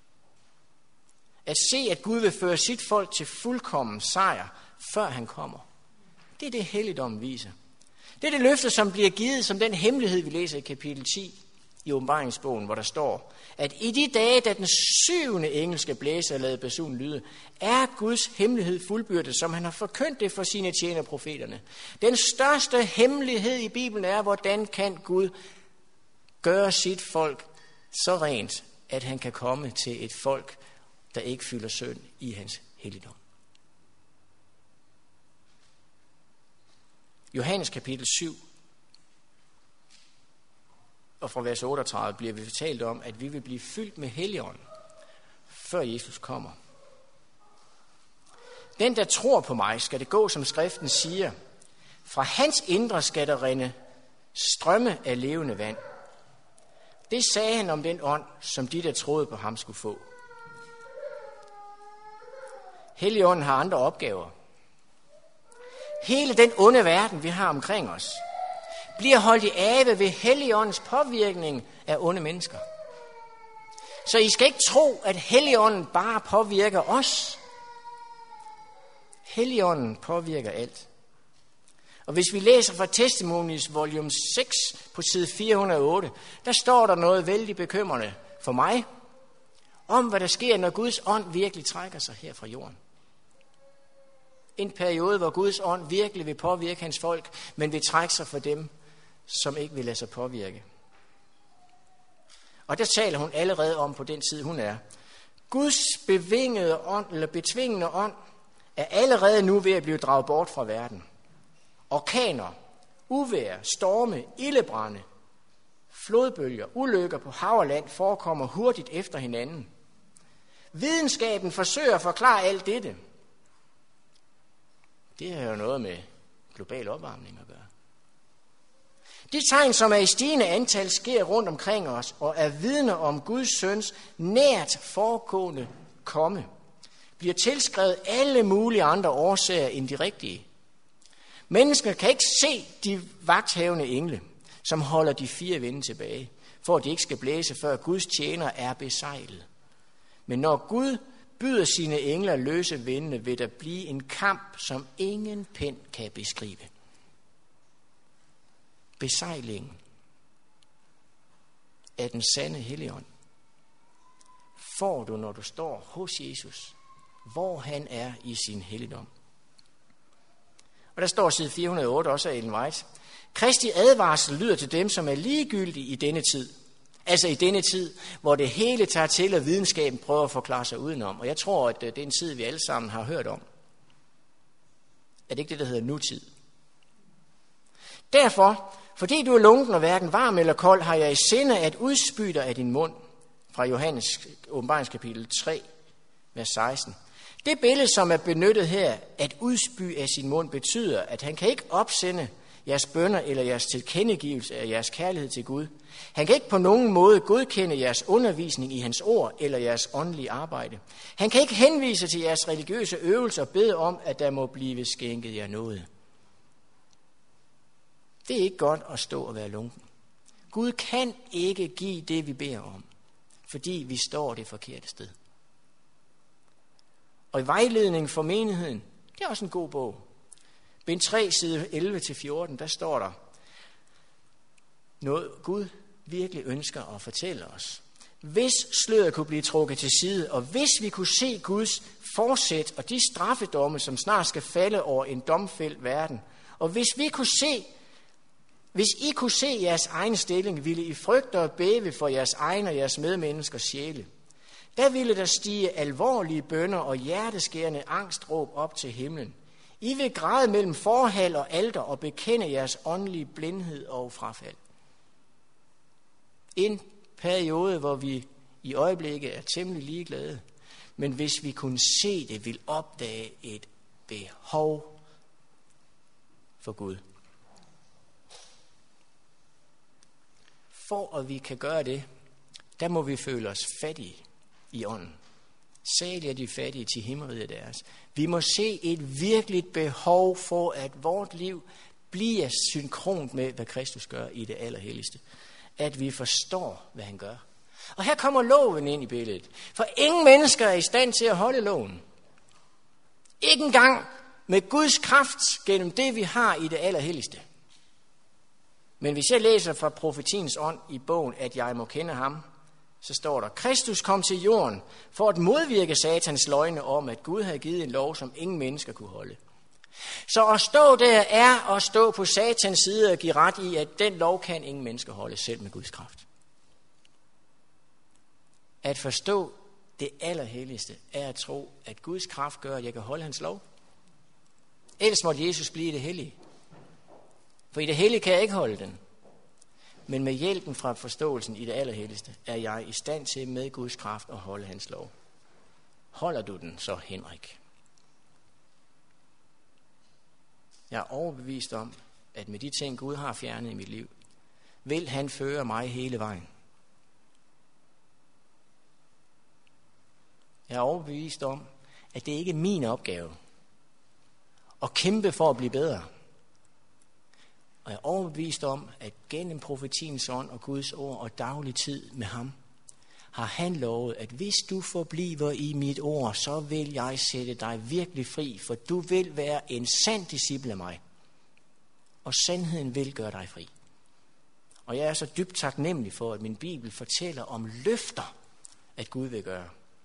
At se, at Gud vil føre sit folk til fuldkommen sejr, før han kommer. Det er det, helligdommen viser. Det er det løfte, som bliver givet som den hemmelighed, vi læser i kapitel ti. i åbenbaringsbogen, hvor der står, at i de dage, da den syvende engel skal blæse og lade basunen lyde, er Guds hemmelighed fuldbyrdet, som han har forkyndt det for sine tjenere profeterne. Den største hemmelighed i Bibelen er, hvordan kan Gud gøre sit folk så rent, at han kan komme til et folk, der ikke fylder synd i hans helligdom. Johannes kapitel syv, og fra vers otteogtredive bliver vi fortalt om, at vi vil blive fyldt med Helligånden, før Jesus kommer. Den, der tror på mig, skal det gå, som skriften siger. Fra hans indre skal der rinde strømme af levende vand. Det sagde han om den ånd, som de, der troede på ham, skulle få. Helligånden har andre opgaver. Hele den onde verden, vi har omkring os, bliver holdt i ave ved Helligåndens påvirkning af onde mennesker. Så I skal ikke tro, at Helligånden bare påvirker os. Helligånden påvirker alt. Og hvis vi læser fra Testimonies volume seks på side fire hundrede og otte, der står der noget vældig bekymrende for mig, om hvad der sker, når Guds ånd virkelig trækker sig her fra jorden. En periode, hvor Guds ånd virkelig vil påvirke hans folk, men vil trække sig for dem, som ikke vil lade sig påvirke. Og der taler hun allerede om på den tid, hun er. Guds bevingede ånd, eller betvingende ånd, er allerede nu ved at blive draget bort fra verden. Orkaner, uvejr, storme, ildebrande, flodbølger, ulykker på hav og land forekommer hurtigt efter hinanden. Videnskaben forsøger at forklare alt dette. Det har jo noget med global opvarmning at gøre. De tegn, som er i stigende antal, sker rundt omkring os og er vidner om Guds søns nært foregående komme, bliver tilskrevet alle mulige andre årsager end de rigtige. Mennesker kan ikke se de vagthavende engle, som holder de fire vinde tilbage, for at de ikke skal blæse, før Guds tjener er besejlet. Men når Gud byder sine engler løse vindene, vil der blive en kamp, som ingen pen kan beskrive. Besejlingen af den sande Helligånd får du, når du står hos Jesus, hvor han er i sin helligdom. Og der står side fire hundrede og otte også af Ellen White. Kristi advarsel lyder til dem, som er ligegyldige i denne tid. Altså i denne tid, hvor det hele tager til, og videnskaben prøver at forklare sig udenom. Og jeg tror, at det er en tid, vi alle sammen har hørt om. Er det ikke det, der hedder nutid? Derfor, fordi du er lunken og hverken varm eller kold, har jeg i sinde at udspy dig af din mund. Fra Johannes åbenbaringskapitel tre, vers seksten. Det billede, som er benyttet her, at udspy af sin mund, betyder, at han kan ikke opsende jeres bønner eller jeres tilkendegivelse af jeres kærlighed til Gud. Han kan ikke på nogen måde godkende jeres undervisning i hans ord eller jeres åndelige arbejde. Han kan ikke henvise til jeres religiøse øvelser og bede om, at der må blive skænket jer noget. Det er ikke godt at stå og være lunken. Gud kan ikke give det, vi beder om, fordi vi står det forkerte sted. Og i vejledningen for menigheden, det er også en god bog. Bind tre, side elleve til fjorten, der står der noget, Gud virkelig ønsker at fortælle os. Hvis sløret kunne blive trukket til side, og hvis vi kunne se Guds forsæt og de straffedomme, som snart skal falde over en domfældt verden, og hvis vi kunne se, hvis I kunne se jeres egen stilling, ville I frygte og bæve for jeres egen og jeres medmenneskers sjæle. Der ville der stige alvorlige bønner og hjerteskærende angstråb op til himlen. I vil græde mellem forhal og alter og bekende jeres åndelige blindhed og frafald. En periode, hvor vi i øjeblikket er temmelig ligeglade, men hvis vi kunne se det, vil opdage et behov for Gud. For at vi kan gøre det, der må vi føle os fattige i ånden. Salig er de fattige, til himmeriget deres. Vi må se et virkeligt behov for, at vort liv bliver synkront med, hvad Kristus gør i det allerhelligste. At vi forstår, hvad han gør. Og her kommer loven ind i billedet. For ingen mennesker er i stand til at holde loven. Ikke engang med Guds kraft gennem det, vi har i det allerhelligste. Men hvis jeg læser fra profetiens ånd i bogen, at jeg må kende ham, så står der, Kristus kom til jorden for at modvirke satans løgne om, at Gud havde givet en lov, som ingen mennesker kunne holde. Så at stå der er at stå på satans side og give ret i, at den lov kan ingen mennesker holde, selv med Guds kraft. At forstå det allerhelligste er at tro, at Guds kraft gør, at jeg kan holde hans lov. Ellers måtte Jesus blive i det hellige. For i det hellige kan jeg ikke holde den. Men med hjælpen fra forståelsen i det allerhelligste, er jeg i stand til med Guds kraft at holde hans lov. Holder du den så, Henrik? Jeg er overbevist om, at med de ting, Gud har fjernet i mit liv, vil han føre mig hele vejen. Jeg er overbevist om, at det ikke er min opgave at kæmpe for at blive bedre. Og jeg er overbevist om, at gennem profetiens ånd og Guds ord og daglig tid med ham, har han lovet, at hvis du forbliver i mit ord, så vil jeg sætte dig virkelig fri, for du vil være en sand disciple af mig. Og sandheden vil gøre dig fri. Og jeg er så dybt taknemmelig for, at min Bibel fortæller om løfter, at Gud vil gøre.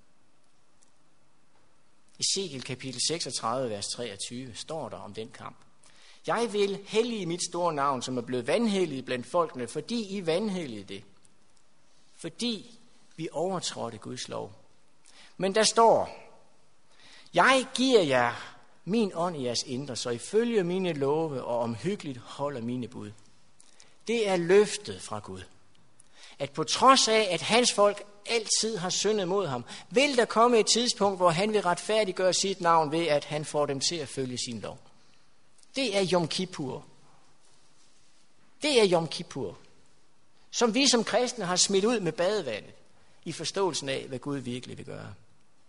I Ezekiel kapitel seksogtredive, vers treogtyve, står der om den kamp. Jeg vil hellige mit store navn, som er blevet vanhelliget blandt folkene, fordi I vanhelligede det. Fordi vi overtrådte Guds lov. Men der står, jeg giver jer min ånd i jeres indre, så I følger mine love og omhyggeligt holder mine bud. Det er løftet fra Gud. At på trods af, at hans folk altid har syndet mod ham, vil der komme et tidspunkt, hvor han vil retfærdiggøre sit navn ved, at han får dem til at følge sin lov. Det er Yom Kippur. Det er Yom Kippur, som vi som kristne har smidt ud med badevandet i forståelsen af, hvad Gud virkelig vil gøre.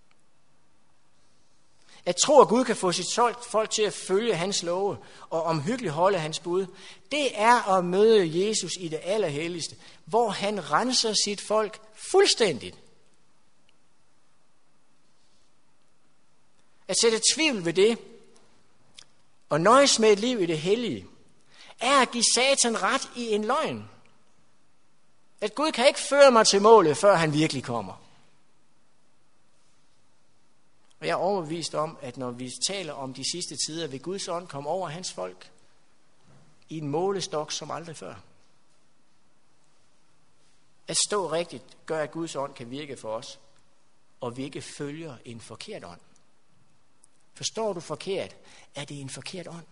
At tro, at Gud kan få sit folk til at følge hans love og omhyggeligt holde hans bud, det er at møde Jesus i det allerhelligste, hvor han renser sit folk fuldstændigt. At sætte tvivl ved det, og nøjes med et liv i det hellige, er at give Satan ret i en løgn. At Gud kan ikke føre mig til målet, før han virkelig kommer. Og jeg er overbevist om, at når vi taler om de sidste tider, vil Guds ånd komme over hans folk i en målestok som aldrig før. At stå rigtigt gør, at Guds ånd kan virke for os, og vi ikke følger en forkert ånd. Forstår du forkert? Er det en forkert ånd?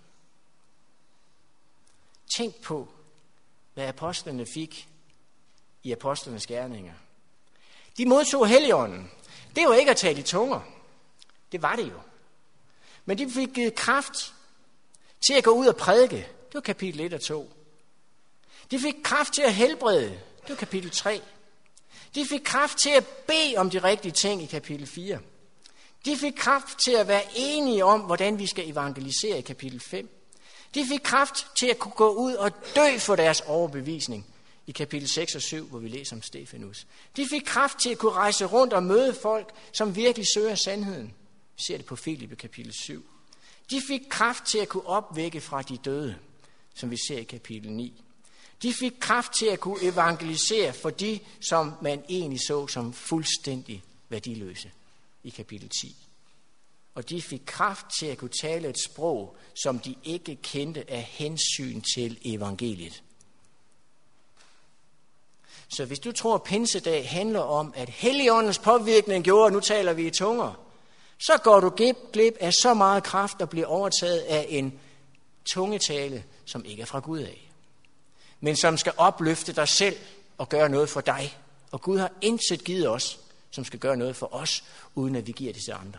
Tænk på, hvad apostlene fik i apostlenes gerninger. De modtog Helligånden. Det var ikke at tale i tunger. Det var det jo. Men de fik givet kraft til at gå ud og prædike. Det var kapitel et og to. De fik kraft til at helbrede. Det var kapitel tre. De fik kraft til at bede om de rigtige ting i kapitel fire. De fik kraft til at være enige om, hvordan vi skal evangelisere i kapitel fem. De fik kraft til at kunne gå ud og dø for deres overbevisning i kapitel seks og syv, hvor vi læser om Stefanus. De fik kraft til at kunne rejse rundt og møde folk, som virkelig søger sandheden. Vi ser det på Filippe kapitel syv. De fik kraft til at kunne opvække fra de døde, som vi ser i kapitel ni. De fik kraft til at kunne evangelisere for de, som man egentlig så som fuldstændig værdiløse i kapitel ti. Og de fik kraft til at kunne tale et sprog, som de ikke kendte af hensyn til evangeliet. Så hvis du tror, at pinsedag handler om, at Helligåndens påvirkning gjorde, nu taler vi i tunger, så går du glip af så meget kraft, der bliver overtaget af en tungetale, som ikke er fra Gud af, men som skal opløfte dig selv og gøre noget for dig. Og Gud har intet givet os, som skal gøre noget for os, uden at vi giver det til andre.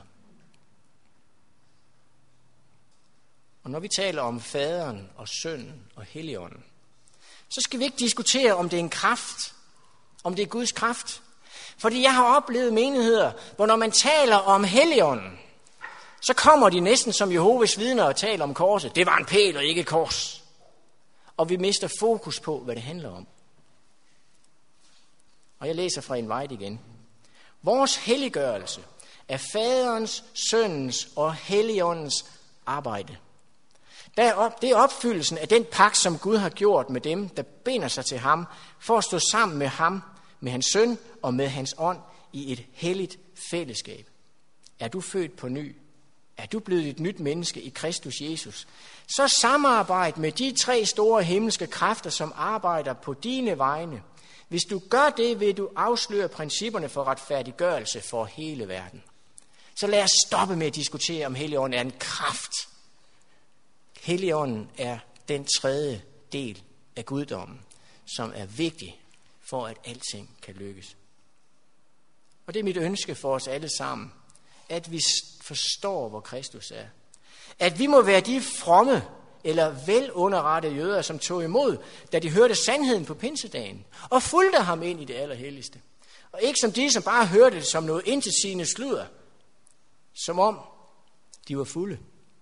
Og når vi taler om faderen og sønnen og Helligånden, så skal vi ikke diskutere, om det er en kraft, om det er Guds kraft. Fordi jeg har oplevet menigheder, hvor når man taler om Helligånden, så kommer de næsten som Jehovas vidner og taler om korset. Det var en pæl og ikke et kors. Og vi mister fokus på, hvad det handler om. Og jeg læser fra en vej igen. Vores helliggørelse er faderens, sønnens og Helligåndens arbejde. Der er op, det er opfyldelsen af den pagt, som Gud har gjort med dem, der binder sig til ham, for at stå sammen med ham, med hans søn og med hans ånd i et helligt fællesskab. Er du født på ny? Er du blevet et nyt menneske i Kristus Jesus? Så samarbejd med de tre store himmelske kræfter, som arbejder på dine vegne. Hvis du gør det, vil du afsløre principperne for retfærdiggørelse for hele verden. Så lad os stoppe med at diskutere, om Helligånden er en kraft. Helligånden er den tredje del af guddommen, som er vigtig for, at alting kan lykkes. Og det er mit ønske for os alle sammen, at vi forstår, hvor Kristus er. At vi må være de fromme eller velunderrettede jøder, som tog imod, da de hørte sandheden på pinsedagen, og fulgte ham ind i det allerhelligste. Og ikke som de, som bare hørte det som noget intetsigende sludder, som om de var fulde.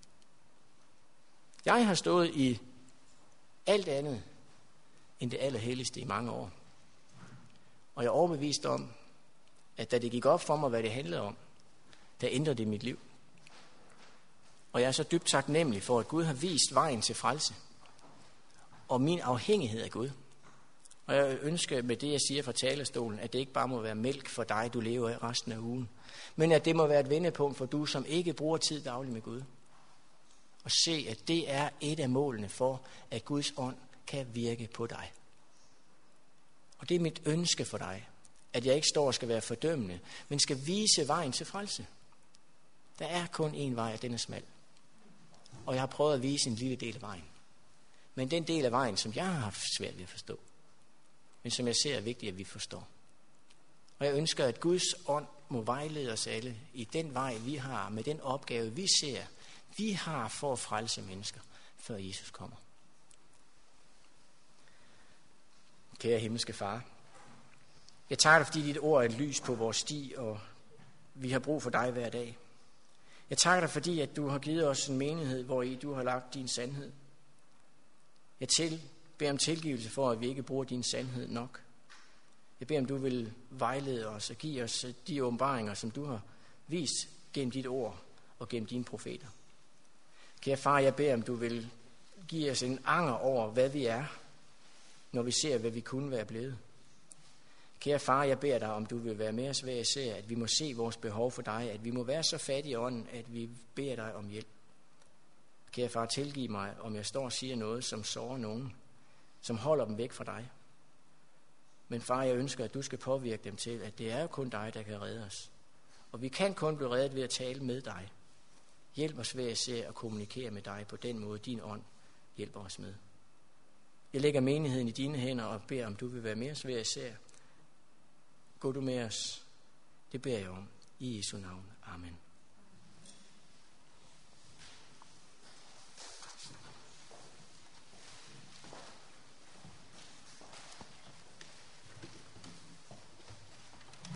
Jeg har stået i alt andet end det allerhelligste i mange år. Og jeg er overbevist om, at da det gik op for mig, hvad det handlede om, der ændrede det mit liv. Og jeg er så dybt taknemmelig for, at Gud har vist vejen til frelse. Og min afhængighed af Gud. Og jeg ønsker med det, jeg siger fra talerstolen, at det ikke bare må være mælk for dig, du lever i resten af ugen. Men at det må være et vendepunkt for du, som ikke bruger tid dagligt med Gud. Og se, at det er et af målene for, at Guds ånd kan virke på dig. Og det er mit ønske for dig, at jeg ikke står og skal være fordømmende, men skal vise vejen til frelse. Der er kun én vej, og den er smal. Og jeg har prøvet at vise en lille del af vejen. Men den del af vejen, som jeg har haft svært ved at forstå, men som jeg ser er vigtigt, at vi forstår. Og jeg ønsker, at Guds ånd må vejlede os alle i den vej, vi har, med den opgave, vi ser, vi har for at frelse mennesker, før Jesus kommer. Kære himmelske far, jeg takker dig, fordi dit ord er et lys på vores sti, og vi har brug for dig hver dag. Jeg takker dig, fordi at du har givet os en menighed, hvor i du har lagt din sandhed. Jeg til, beder om tilgivelse for, at vi ikke bruger din sandhed nok. Jeg beder om, du vil vejlede os og give os de åbenbaringer, som du har vist gennem dit ord og gennem dine profeter. Kære far, jeg beder om, du vil give os en anger over, hvad vi er, når vi ser, hvad vi kunne være blevet. Kære far, jeg beder dig, om du vil være med os hver især, at vi må se vores behov for dig, at vi må være så fattige i ånden, at vi beder dig om hjælp. Kære far, tilgiv mig, om jeg står og siger noget, som sårer nogen, som holder dem væk fra dig. Men far, jeg ønsker, at du skal påvirke dem til, at det er jo kun dig, der kan redde os. Og vi kan kun blive reddet ved at tale med dig. Hjælp os hver især at kommunikere med dig på den måde, din ånd hjælper os med. Jeg lægger menigheden i dine hænder og beder, om du vil være med os hver især. Gå du med os. Det beder jeg om. I Jesu navn. Amen.